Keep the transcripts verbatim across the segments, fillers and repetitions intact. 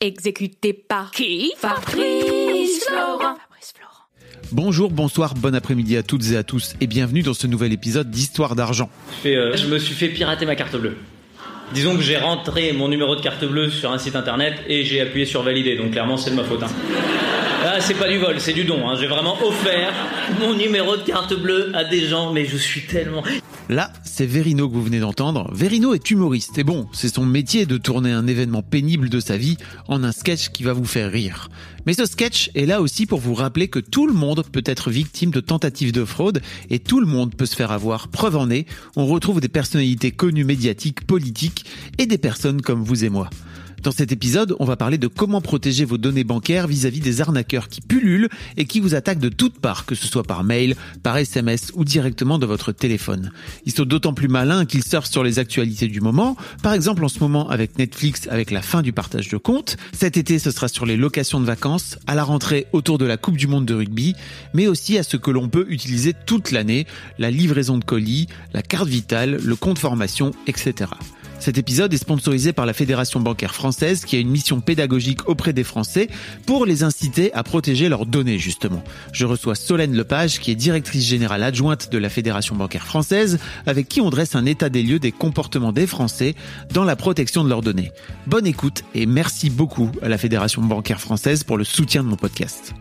Exécuté par qui? Fabrice Florent. Bonjour, bonsoir, bon après-midi à toutes et à tous et bienvenue dans ce nouvel épisode d'Histoire d'argent. Je, fais, euh, je me suis fait pirater ma carte bleue. Disons que j'ai rentré mon numéro de carte bleue sur un site internet et j'ai appuyé sur valider, donc clairement c'est de ma faute. Hein. Là c'est pas du vol, c'est du don. Hein. J'ai vraiment offert mon numéro de carte bleue à des gens, mais je suis tellement... Là, c'est Verino que vous venez d'entendre. Verino est humoriste et bon, c'est son métier de tourner un événement pénible de sa vie en un sketch qui va vous faire rire. Mais ce sketch est là aussi pour vous rappeler que tout le monde peut être victime de tentatives de fraude et tout le monde peut se faire avoir. Preuve en est, on retrouve des personnalités connues médiatiques, politiques et des personnes comme vous et moi. Dans cet épisode, on va parler de comment protéger vos données bancaires vis-à-vis des arnaqueurs qui pullulent et qui vous attaquent de toutes parts, que ce soit par mail, par S M S ou directement de votre téléphone. Ils sont d'autant plus malins qu'ils surfent sur les actualités du moment. Par exemple, en ce moment avec Netflix, avec la fin du partage de comptes. Cet été, ce sera sur les locations de vacances, à la rentrée autour de la Coupe du Monde de rugby, mais aussi à ce que l'on peut utiliser toute l'année, la livraison de colis, la carte vitale, le compte formation, et cetera. Cet épisode est sponsorisé par la Fédération bancaire française qui a une mission pédagogique auprès des Français pour les inciter à protéger leurs données justement. Je reçois Solène Lepage qui est directrice générale adjointe de la Fédération bancaire française avec qui on dresse un état des lieux des comportements des Français dans la protection de leurs données. Bonne écoute et merci beaucoup à la Fédération bancaire française pour le soutien de mon podcast.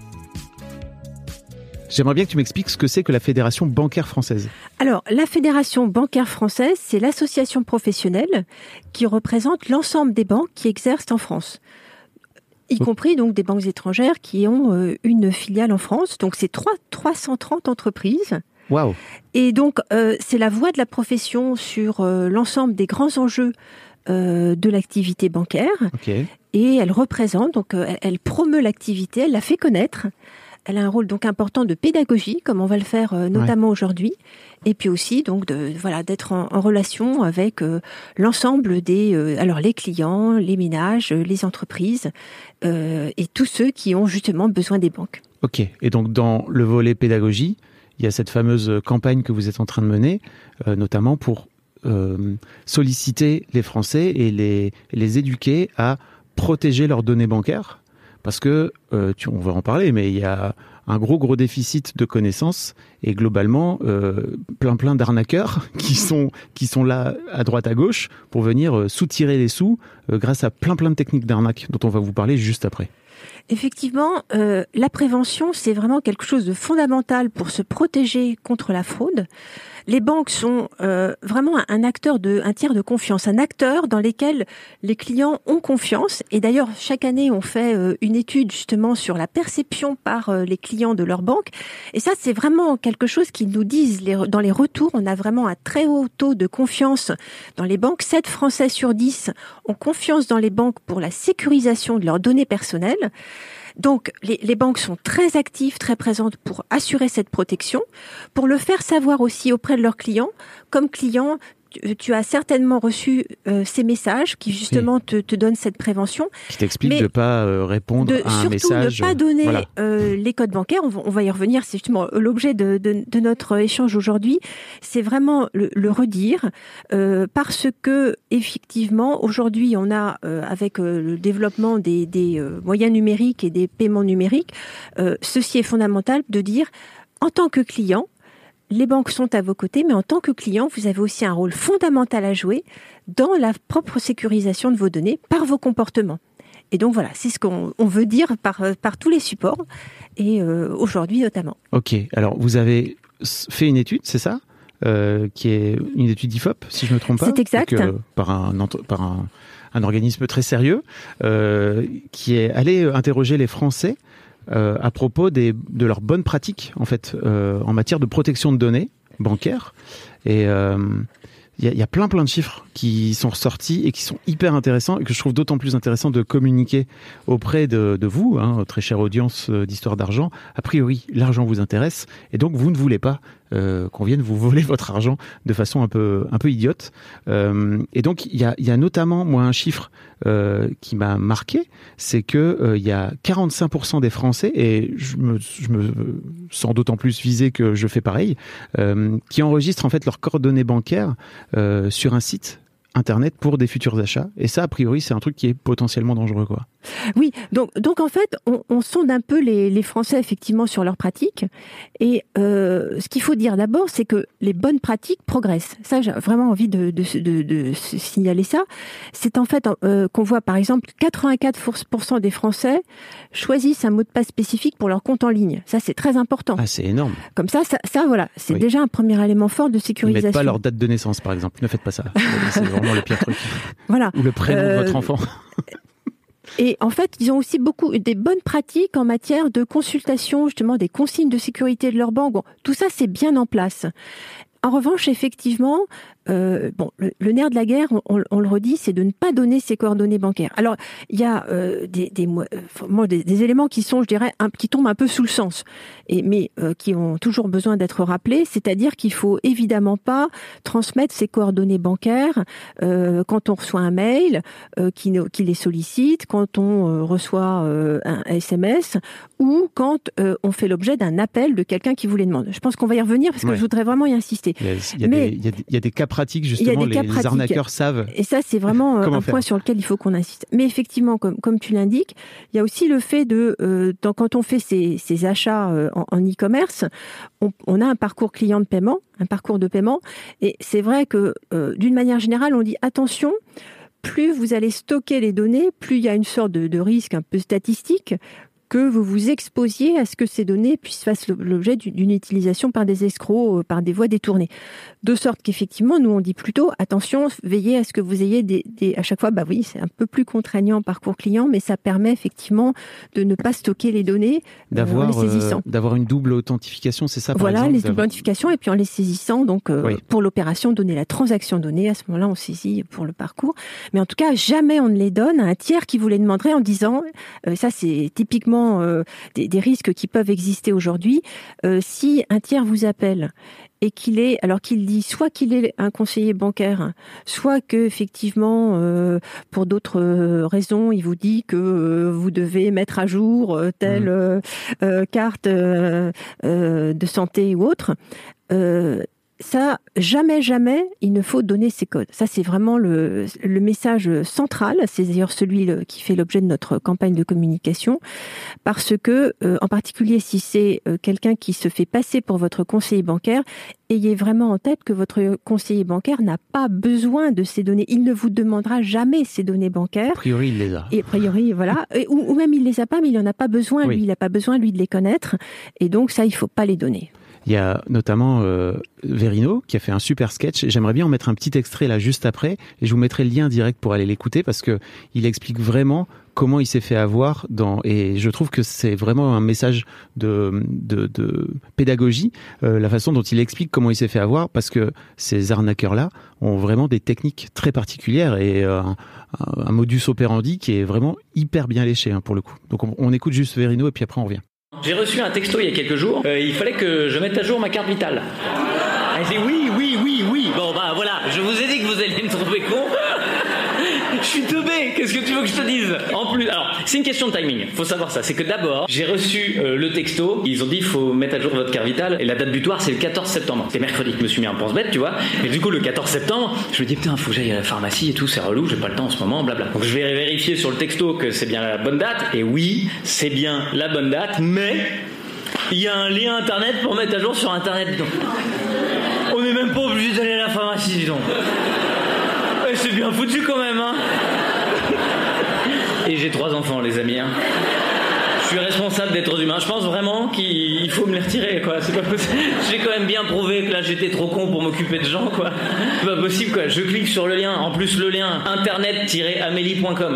J'aimerais bien que tu m'expliques ce que c'est que la Fédération bancaire française. Alors, la Fédération bancaire française, c'est l'association professionnelle qui représente l'ensemble des banques qui exercent en France, y oh. compris donc des banques étrangères qui ont euh, une filiale en France. Donc, c'est trois cent trente entreprises. Waouh. Et donc, euh, c'est la voix de la profession sur euh, l'ensemble des grands enjeux euh, de l'activité bancaire. Okay. Et elle représente, donc, euh, elle promeut l'activité, elle la fait connaître. Elle a un rôle donc important de pédagogie, comme on va le faire euh, notamment ouais. aujourd'hui, et puis aussi donc de voilà d'être en, en relation avec euh, l'ensemble des euh, alors les clients, les ménages, les entreprises euh, et tous ceux qui ont justement besoin des banques. Ok. Et donc dans le volet pédagogie, il y a cette fameuse campagne que vous êtes en train de mener, euh, notamment pour euh, solliciter les Français et les les éduquer à protéger leurs données bancaires. Parce que, euh, tu, on va en parler, mais il y a un gros, gros déficit de connaissances et globalement, euh, plein, plein d'arnaqueurs qui sont, qui sont là à droite, à gauche pour venir euh, soutirer les sous euh, grâce à plein, plein de techniques d'arnaque dont on va vous parler juste après. Effectivement, euh, la prévention, c'est vraiment quelque chose de fondamental pour se protéger contre la fraude. Les banques sont euh, vraiment un, un acteur de, un tiers de confiance, un acteur dans lequel les clients ont confiance. Et d'ailleurs, chaque année, on fait euh, une étude justement sur la perception par euh, les clients de leur banque. Et ça, c'est vraiment quelque chose qu'ils nous disent les, dans les retours. On a vraiment un très haut taux de confiance dans les banques. sept Français sur dix ont confiance dans les banques pour la sécurisation de leurs données personnelles. Donc, les, les banques sont très actives, très présentes pour assurer cette protection, pour le faire savoir aussi auprès de leurs clients. Comme client, tu, tu as certainement reçu euh, ces messages qui justement oui. te, te donnent cette prévention. Qui t'explique de ne pas euh, répondre de, à un message. Surtout de ne pas donner voilà. euh, les codes bancaires. On va, on va y revenir, c'est justement l'objet de, de, de notre échange aujourd'hui. C'est vraiment le, le redire euh, parce que effectivement, aujourd'hui, on a, euh, avec euh, le développement des, des euh, moyens numériques et des paiements numériques, euh, ceci est fondamental de dire, en tant que client, les banques sont à vos côtés, mais en tant que client, vous avez aussi un rôle fondamental à jouer dans la propre sécurisation de vos données par vos comportements. Et donc voilà, c'est ce qu'on on veut dire par, par tous les supports, et euh, aujourd'hui notamment. Ok, alors vous avez fait une étude, c'est ça euh, qui est une étude I F O P, si je ne me trompe pas. C'est exact. Donc, euh, par un, par un, un organisme très sérieux, euh, qui est allé interroger les Français Euh, à propos des, de leurs bonnes pratiques en fait euh, en matière de protection de données bancaires et il euh, y, y a plein plein de chiffres qui sont ressortis et qui sont hyper intéressants et que je trouve d'autant plus intéressant de communiquer auprès de, de vous, hein, très chère audience d'Histoire d'argent. A priori, l'argent vous intéresse et donc vous ne voulez pas euh, qu'on vienne vous voler votre argent de façon un peu un peu idiote. Euh, et donc il y a, y a notamment moi un chiffre euh, qui m'a marqué, c'est que euh, il y a quarante-cinq pour cent des Français, et je me, je me sens d'autant plus visé que je fais pareil, euh, qui enregistrent en fait leurs coordonnées bancaires euh, sur un site internet pour des futurs achats. Et ça, a priori, c'est un truc qui est potentiellement dangereux, quoi. Oui, donc, donc en fait, on, on sonde un peu les, les Français effectivement sur leurs pratiques. Et euh, ce qu'il faut dire d'abord, c'est que les bonnes pratiques progressent. Ça, j'ai vraiment envie de, de, de, de signaler ça. C'est en fait euh, qu'on voit par exemple quatre-vingt-quatre pour cent des Français choisissent un mot de passe spécifique pour leur compte en ligne. Ça, c'est très important. Ah, c'est énorme. Comme ça, ça, ça voilà, c'est oui. déjà un premier élément fort de sécurisation. Ils mettent pas leur date de naissance, par exemple. Ne faites pas ça. C'est vraiment le pire truc. Voilà. Ou le prénom euh... de votre enfant. Et en fait, ils ont aussi beaucoup des bonnes pratiques en matière de consultation, justement, des consignes de sécurité de leur banque. Bon, tout ça, c'est bien en place. En revanche, effectivement, euh, bon, le, le nerf de la guerre, on, on, on le redit, c'est de ne pas donner ses coordonnées bancaires. Alors, il y a euh, des, des, euh, des, des éléments qui sont, je dirais, un, qui tombent un peu sous le sens, et, mais euh, qui ont toujours besoin d'être rappelés. C'est-à-dire qu'il faut évidemment pas transmettre ses coordonnées bancaires euh, quand on reçoit un mail euh, qui, qui les sollicite, quand on euh, reçoit euh, un S M S ou quand euh, on fait l'objet d'un appel de quelqu'un qui vous les demande. Je pense qu'on va y revenir parce que ouais. je voudrais vraiment y insister. Il y a, il y a, Mais, des, il y a, il y a des cas pratiques, justement, les, les arnaqueurs savent. Et ça, c'est vraiment un faire. point sur lequel il faut qu'on insiste. Mais effectivement, comme, comme tu l'indiques, il y a aussi le fait de, euh, dans, quand on fait ces, ces achats euh, en, en e-commerce, on, on a un parcours client de paiement, un parcours de paiement. Et c'est vrai que, euh, d'une manière générale, on dit attention, plus vous allez stocker les données, plus il y a une sorte de, de risque un peu statistique que vous vous exposiez à ce que ces données puissent faire l'objet d'une utilisation par des escrocs, par des voies détournées. De sorte qu'effectivement, nous on dit plutôt, attention, veillez à ce que vous ayez des, des à chaque fois, bah oui, c'est un peu plus contraignant parcours client, mais ça permet effectivement de ne pas stocker les données d'avoir, euh, en les saisissant. Euh, d'avoir une double authentification, c'est ça par Voilà, exemple, les doubles authentifications, et puis en les saisissant, donc euh, oui. pour l'opération donnée, la transaction donnée, à ce moment-là, on saisit pour le parcours. Mais en tout cas, jamais on ne les donne à un tiers qui vous les demanderait en disant, euh, ça c'est typiquement Euh, des, des risques qui peuvent exister aujourd'hui. Euh, si un tiers vous appelle et qu'il est, alors qu'il dit soit qu'il est un conseiller bancaire, soit que effectivement, euh, pour d'autres raisons, il vous dit que euh, vous devez mettre à jour euh, telle euh, euh, carte euh, euh, de santé ou autre. Euh, Ça, jamais, jamais, il ne faut donner ces codes. Ça, c'est vraiment le, le message central. C'est d'ailleurs celui qui fait l'objet de notre campagne de communication. Parce que, euh, en particulier, si c'est euh, quelqu'un qui se fait passer pour votre conseiller bancaire, ayez vraiment en tête que votre conseiller bancaire n'a pas besoin de ces données. Il ne vous demandera jamais ces données bancaires. A priori, il les a. Et a priori, voilà. Et, ou, ou même il les a pas, mais il en a pas besoin. Oui. Lui, il n'a pas besoin, lui, de les connaître. Et donc, ça, il faut pas les donner. Il y a notamment euh, Verino qui a fait un super sketch. J'aimerais bien en mettre un petit extrait là juste après, et je vous mettrai le lien direct pour aller l'écouter parce que il explique vraiment comment il s'est fait avoir dans, et je trouve que c'est vraiment un message de, de, de pédagogie, euh, la façon dont il explique comment il s'est fait avoir, parce que ces arnaqueurs-là ont vraiment des techniques très particulières et euh, un, un modus operandi qui est vraiment hyper bien léché hein, pour le coup. Donc on, on écoute juste Verino et puis après on revient. J'ai reçu un texto il y a quelques jours, euh, il fallait que je mette à jour ma carte vitale. Elle dit oui, oui, oui, oui. Bon bah voilà, je vous ai dit que vous alliez me trouver con. Je suis teubé, qu'est-ce que tu veux que je te dise? En plus, alors, c'est une question de timing, faut savoir ça. C'est que d'abord, j'ai reçu euh, le texto, ils ont dit il faut mettre à jour votre carte vitale, et la date butoir c'est le quatorze septembre. C'est mercredi, je me suis mis un pense-bête, tu vois. Et du coup, le quatorze septembre, je me dis putain, faut que j'aille à la pharmacie et tout, c'est relou, j'ai pas le temps en ce moment, blabla. Donc je vais vérifier sur le texto que c'est bien la bonne date, et oui, c'est bien la bonne date, mais il y a un lien internet pour mettre à jour sur internet, donc. On n'est même pas obligé d'aller à la pharmacie, dis donc. Et c'est bien foutu quand même, hein. Et j'ai trois enfants, les amis, hein. Je suis responsable d'êtres humains. Je pense vraiment qu'il faut me les retirer, quoi. C'est pas possible. J'ai quand même bien prouvé que là, j'étais trop con pour m'occuper de gens, quoi. C'est pas possible, quoi. Je clique sur le lien. En plus, le lien internet tiret amélie point com.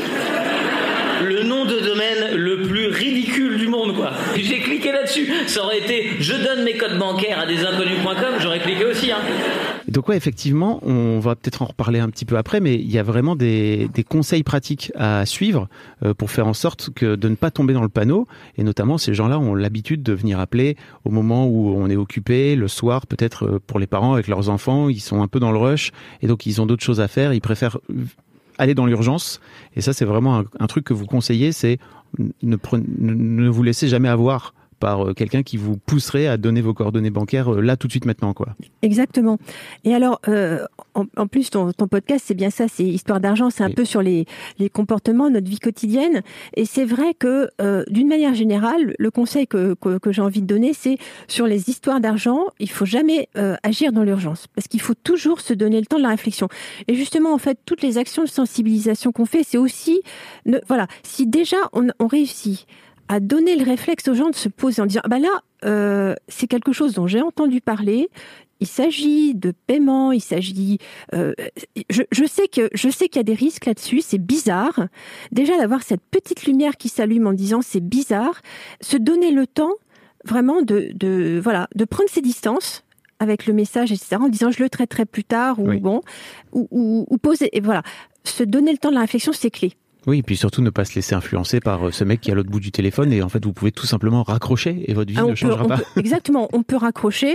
Le nom de domaine le plus ridicule du monde, quoi. J'ai cliqué là-dessus. Ça aurait été je donne mes codes bancaires à des inconnus point com, j'aurais cliqué aussi, hein. Donc ouais, effectivement, on va peut-être en reparler un petit peu après, mais il y a vraiment des, des conseils pratiques à suivre euh, pour faire en sorte que de ne pas tomber dans le panneau. Et notamment, ces gens-là ont l'habitude de venir appeler au moment où on est occupé, le soir, peut-être pour les parents avec leurs enfants, ils sont un peu dans le rush et donc ils ont d'autres choses à faire, ils préfèrent aller dans l'urgence. Et ça, c'est vraiment un, un truc que vous conseillez, c'est ne, prenez, ne vous laissez jamais avoir par quelqu'un qui vous pousserait à donner vos coordonnées bancaires là tout de suite maintenant, quoi. Exactement. Et alors, euh, en, en plus, ton, ton podcast, c'est bien ça, c'est Histoire d'argent, c'est un oui. peu sur les, les comportements, notre vie quotidienne. Et c'est vrai que, euh, d'une manière générale, le conseil que, que, que j'ai envie de donner, c'est sur les histoires d'argent, il faut jamais euh, agir dans l'urgence, parce qu'il faut toujours se donner le temps de la réflexion. Et justement, en fait, toutes les actions de sensibilisation qu'on fait, c'est aussi, ne, voilà, si déjà on, on réussit à donner le réflexe aux gens de se poser en disant, bah là, euh, c'est quelque chose dont j'ai entendu parler. Il s'agit de paiement, il s'agit. Euh, je, je sais que je sais qu'il y a des risques là-dessus. C'est bizarre. Déjà d'avoir cette petite lumière qui s'allume en disant c'est bizarre. Se donner le temps vraiment de de voilà de prendre ses distances avec le message, et cetera. En disant je le traiterai plus tard ou oui. bon ou, ou, ou poser et voilà. Se donner le temps de la réflexion, c'est clé. Oui, et puis surtout ne pas se laisser influencer par ce mec qui est à l'autre bout du téléphone et en fait vous pouvez tout simplement raccrocher et votre vie ah, ne changera peut, pas. Peut, exactement, on peut raccrocher.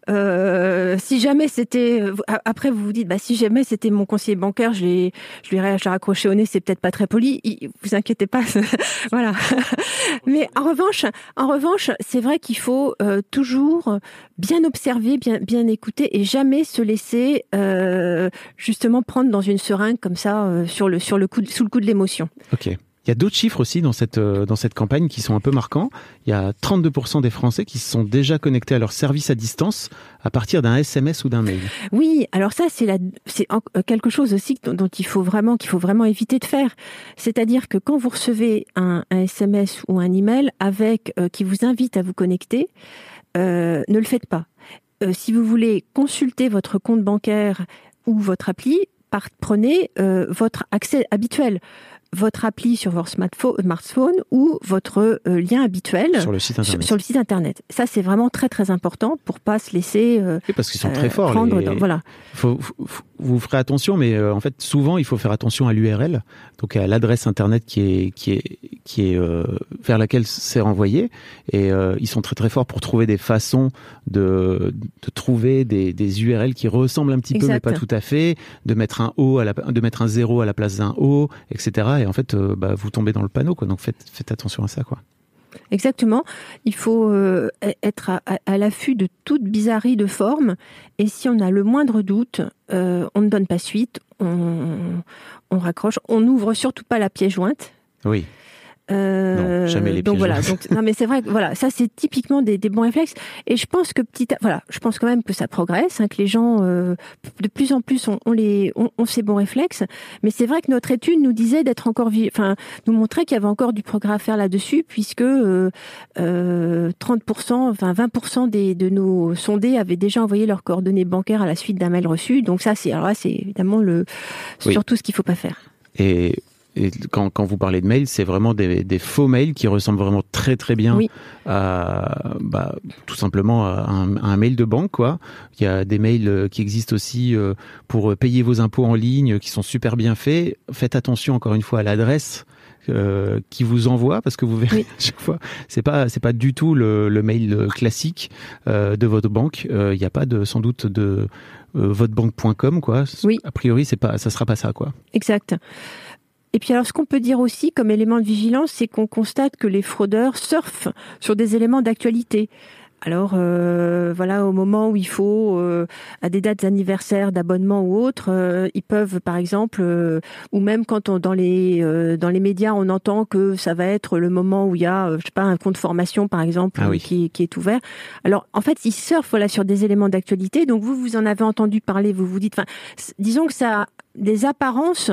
Euh, si jamais c'était, après vous vous dites, bah si jamais c'était mon conseiller bancaire, je l'ai, je lui ai raccroché au nez, c'est peut-être pas très poli. Vous inquiétez pas, voilà. Mais en revanche, en revanche, c'est vrai qu'il faut euh, toujours bien observer, bien, bien écouter et jamais se laisser euh, justement prendre dans une seringue comme ça euh, sur le, sur le coup, de, sous le coup de l'émotion. Ok. Il y a d'autres chiffres aussi dans cette, dans cette campagne qui sont un peu marquants. Il y a trente-deux pour cent des Français qui se sont déjà connectés à leur service à distance à partir d'un S M S ou d'un mail. Oui, alors ça, c'est, la, c'est quelque chose aussi dont, dont il faut vraiment, qu'il faut vraiment éviter de faire. C'est-à-dire que quand vous recevez un, un S M S ou un email avec, euh, qui vous invite à vous connecter, euh, ne le faites pas. Euh, si vous voulez consulter votre compte bancaire ou votre appli, par, prenez euh, votre accès habituel. Votre appli sur votre smartphone ou votre euh, lien habituel sur le site internet. Sur, sur le site internet. Ça, c'est vraiment très très important pour pas se laisser euh, oui, parce qu'ils sont très forts. Prendre les... dans, voilà. Faut, faut, vous ferez attention, mais euh, en fait, souvent, il faut faire attention à l'U R L, donc à l'adresse internet qui est qui est qui est euh, vers laquelle c'est renvoyé. Et euh, ils sont très très forts pour trouver des façons de de trouver des des U R L qui ressemblent un petit exact. peu, mais pas tout à fait, de mettre un O à la, de mettre un zéro à la place d'un O, et cetera. Et en fait, euh, bah, vous tombez dans le panneau, quoi. Donc faites, faites attention à ça, quoi. Exactement. Il faut euh, être à, à, à l'affût de toute bizarrerie de forme. Et si on a le moindre doute, euh, on ne donne pas suite, on, on raccroche. On n'ouvre surtout pas la pièce jointe. Oui. Euh, non, jamais les donc pièges. voilà. Donc, non, mais c'est vrai que voilà, ça c'est typiquement des, des bons réflexes. Et je pense que petit, à, voilà, je pense quand même que ça progresse, hein, que les gens euh, de plus en plus ont, ont les, ont, ont ces bons réflexes. Mais c'est vrai que notre étude nous disait d'être encore, enfin, nous montrait qu'il y avait encore du progrès à faire là-dessus, puisque euh, euh, trente pour cent, enfin vingt pour cent des de nos sondés avaient déjà envoyé leurs coordonnées bancaires à la suite d'un mail reçu. Donc ça, c'est alors là, c'est évidemment le oui. surtout ce qu'il faut pas faire. Et Et quand, quand vous parlez de mails, c'est vraiment des, des faux mails qui ressemblent vraiment très très bien oui. à, bah, tout simplement à un, à un mail de banque, quoi. Il y a des mails qui existent aussi pour payer vos impôts en ligne, qui sont super bien faits. Faites attention encore une fois à l'adresse euh, qui vous envoie, parce que vous verrez oui. chaque fois, c'est pas c'est pas du tout le, le mail classique euh, de votre banque. Il euh, n'y a pas de sans doute de euh, votrebanque point com, quoi. Oui. A priori, c'est pas ça sera pas ça, quoi. Exact. Et puis alors, ce qu'on peut dire aussi comme élément de vigilance, c'est qu'on constate que les fraudeurs surfent sur des éléments d'actualité. Alors, euh, voilà, au moment où il faut, euh, à des dates anniversaires d'abonnement ou autres, euh, ils peuvent, par exemple, euh, ou même quand on, dans les euh, dans les médias, on entend que ça va être le moment où il y a, euh, je sais pas, un compte formation, par exemple, ah oui. qui, qui est ouvert. Alors, en fait, ils surfent voilà sur des éléments d'actualité. Donc, vous, vous en avez entendu parler, vous vous dites, enfin, disons que ça a des apparences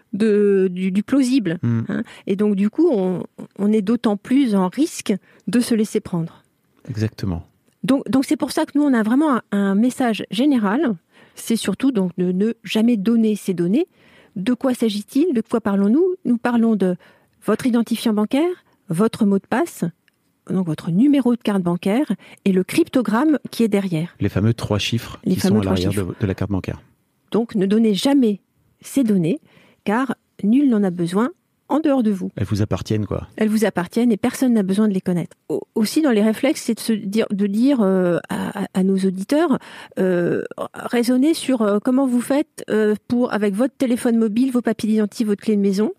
de du, du plausible, mmh. hein, et donc du coup, on, on est d'autant plus en risque de se laisser prendre. Exactement. Donc, donc c'est pour ça que nous, on a vraiment un, un message général. C'est surtout donc de ne jamais donner ces données. De quoi s'agit-il ? De quoi parlons-nous ? Nous parlons de votre identifiant bancaire, votre mot de passe, donc votre numéro de carte bancaire et le cryptogramme qui est derrière. Les fameux trois chiffres Les qui fameux sont à l'arrière de, de la carte bancaire. Donc, ne donnez jamais ces données, car nul n'en a besoin en dehors de vous. Elles vous appartiennent, quoi. Elles vous appartiennent et personne n'a besoin de les connaître. Aussi, dans les réflexes, c'est de se dire, de dire euh, à, à nos auditeurs, euh, raisonnez sur euh, comment vous faites euh, pour, avec votre téléphone mobile, vos papiers d'identité, votre clé de maison.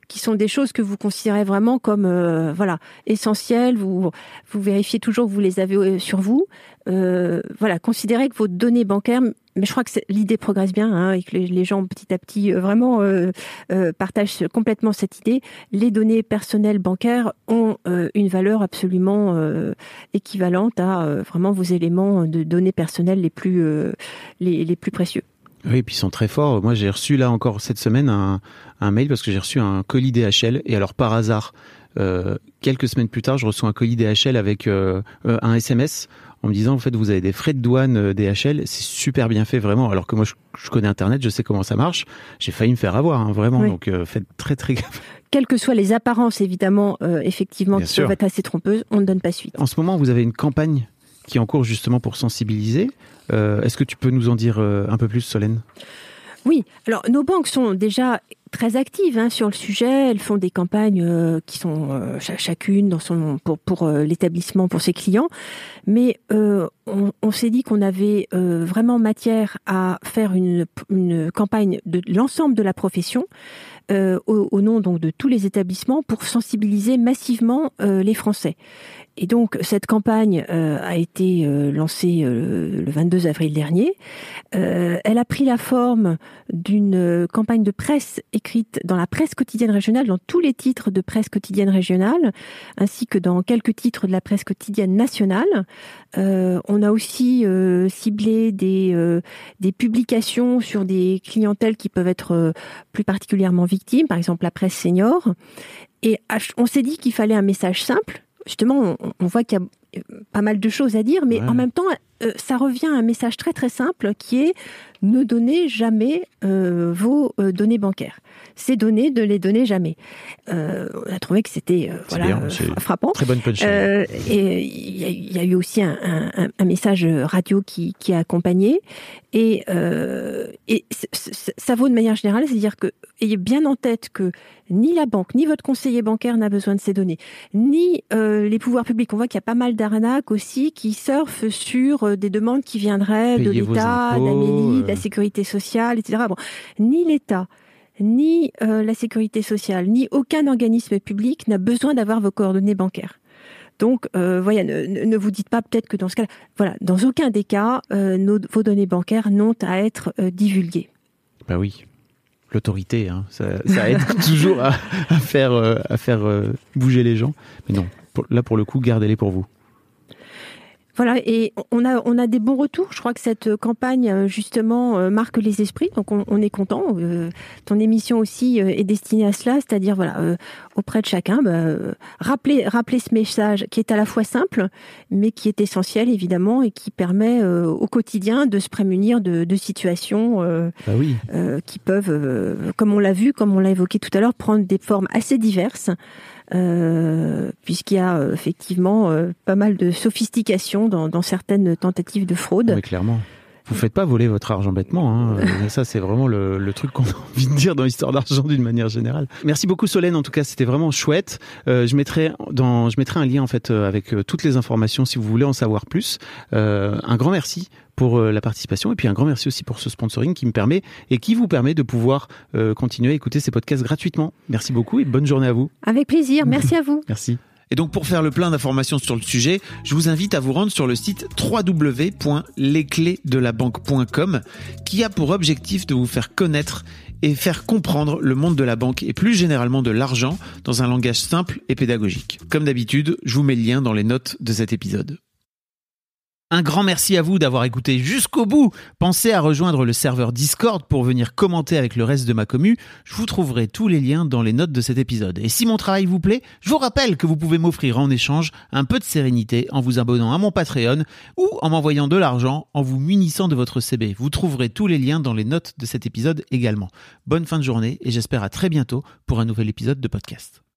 qui sont des choses que vous considérez vraiment comme euh, voilà essentielles. Vous vous vérifiez toujours que vous les avez sur vous. Euh, voilà, considérez que vos données bancaires, mais je crois que l'idée progresse bien hein, et que les, les gens petit à petit euh, vraiment euh, euh, partagent complètement cette idée. Les données personnelles bancaires ont euh, une valeur absolument euh, équivalente à euh, vraiment vos éléments de données personnelles les plus euh, les, les plus précieux. Oui, et puis ils sont très forts. Moi, j'ai reçu là encore cette semaine un, un mail parce que j'ai reçu un colis D H L. Et alors, par hasard, euh, quelques semaines plus tard, je reçois un colis D H L avec euh, un S M S en me disant, en fait, vous avez des frais de douane D H L. C'est super bien fait, vraiment. Alors que moi, je, je connais Internet, je sais comment ça marche. J'ai failli me faire avoir, hein, vraiment. Oui. Donc, euh, faites très, très gaffe. Quelles que soient les apparences, évidemment, euh, effectivement, bien qui sûr. Peuvent être assez trompeuses, on ne donne pas suite. En ce moment, vous avez une campagne qui est en cours justement pour sensibiliser. Euh, est-ce que tu peux nous en dire euh, un peu plus, Solène ? Oui, alors nos banques sont déjà très actives hein, sur le sujet. Elles font des campagnes euh, qui sont euh, ch- chacune dans son pour pour euh, l'établissement, pour ses clients. Mais euh, on, on s'est dit qu'on avait euh, vraiment matière à faire une, une campagne de l'ensemble de la profession. Euh, au, au nom donc de tous les établissements pour sensibiliser massivement euh, les Français. Et donc cette campagne euh, a été euh, lancée euh, le vingt-deux avril dernier. Euh, elle a pris la forme d'une campagne de presse écrite dans la presse quotidienne régionale, dans tous les titres de presse quotidienne régionale, ainsi que dans quelques titres de la presse quotidienne nationale. Euh, on a aussi euh, ciblé des, euh, des publications sur des clientèles qui peuvent être euh, plus particulièrement victimes, par exemple la presse senior. Et on s'est dit qu'il fallait un message simple. Justement, on, on voit qu'il y a pas mal de choses à dire, mais ouais. en même temps, euh, ça revient à un message très très simple qui est ne donnez jamais euh, vos euh, données bancaires. Ces données, ne les donnez jamais. Euh, on a trouvé que c'était euh, voilà, bien, euh, frappant. Très bonne punchline. Euh, et il y, y a eu aussi un, un, un message radio qui, qui a accompagné. Et, euh, et c- c- ça vaut de manière générale, c'est-à-dire que ayez bien en tête que ni la banque, ni votre conseiller bancaire n'a besoin de ces données, ni euh, les pouvoirs publics. On voit qu'il y a pas mal d'arnaques aussi qui surfent sur des demandes qui viendraient Payez de l'État, impôts, d'Amélie, de la sécurité sociale, et cetera. Bon, ni l'État, ni euh, la sécurité sociale, ni aucun organisme public n'a besoin d'avoir vos coordonnées bancaires. Donc, euh, voilà, ne, ne vous dites pas peut-être que dans ce cas-là, voilà, dans aucun des cas, euh, nos, vos données bancaires n'ont à être euh, divulguées. Ben oui, l'autorité, hein, ça, ça aide toujours à, à faire, euh, à faire euh, bouger les gens. Mais non, pour, là pour le coup, gardez-les pour vous. Voilà, et on a on a des bons retours. Je crois que cette campagne justement marque les esprits, donc on, on est content. Euh, ton émission aussi est destinée à cela, c'est-à-dire voilà euh, auprès de chacun, bah, euh, rappeler rappeler ce message qui est à la fois simple, mais qui est essentiel évidemment et qui permet euh, au quotidien de se prémunir de, de situations euh, bah oui. euh, qui peuvent, euh, comme on l'a vu, comme on l'a évoqué tout à l'heure, prendre des formes assez diverses. Euh, puisqu'il y a euh, effectivement euh, pas mal de sophistication dans, dans certaines tentatives de fraude. Oui, clairement. Vous faites pas voler votre argent bêtement, hein. Ça, c'est vraiment le, le truc qu'on a envie de dire dans l'histoire d'argent d'une manière générale. Merci beaucoup, Solène. En tout cas, c'était vraiment chouette. Euh, je mettrai dans, je mettrai un lien en fait avec euh, toutes les informations si vous voulez en savoir plus. Euh, un grand merci pour euh, la participation et puis un grand merci aussi pour ce sponsoring qui me permet et qui vous permet de pouvoir euh, continuer à écouter ces podcasts gratuitement. Merci beaucoup et bonne journée à vous. Avec plaisir. Merci à vous. Merci. Et donc pour faire le plein d'informations sur le sujet, je vous invite à vous rendre sur le site w w w point les clés de la banque point com qui a pour objectif de vous faire connaître et faire comprendre le monde de la banque et plus généralement de l'argent dans un langage simple et pédagogique. Comme d'habitude, je vous mets le lien dans les notes de cet épisode. Un grand merci à vous d'avoir écouté jusqu'au bout. Pensez à rejoindre le serveur Discord pour venir commenter avec le reste de ma commu. Je vous trouverai tous les liens dans les notes de cet épisode. Et si mon travail vous plaît, je vous rappelle que vous pouvez m'offrir en échange un peu de sérénité en vous abonnant à mon Patreon ou en m'envoyant de l'argent en vous munissant de votre C B. Vous trouverez tous les liens dans les notes de cet épisode également. Bonne fin de journée et j'espère à très bientôt pour un nouvel épisode de podcast.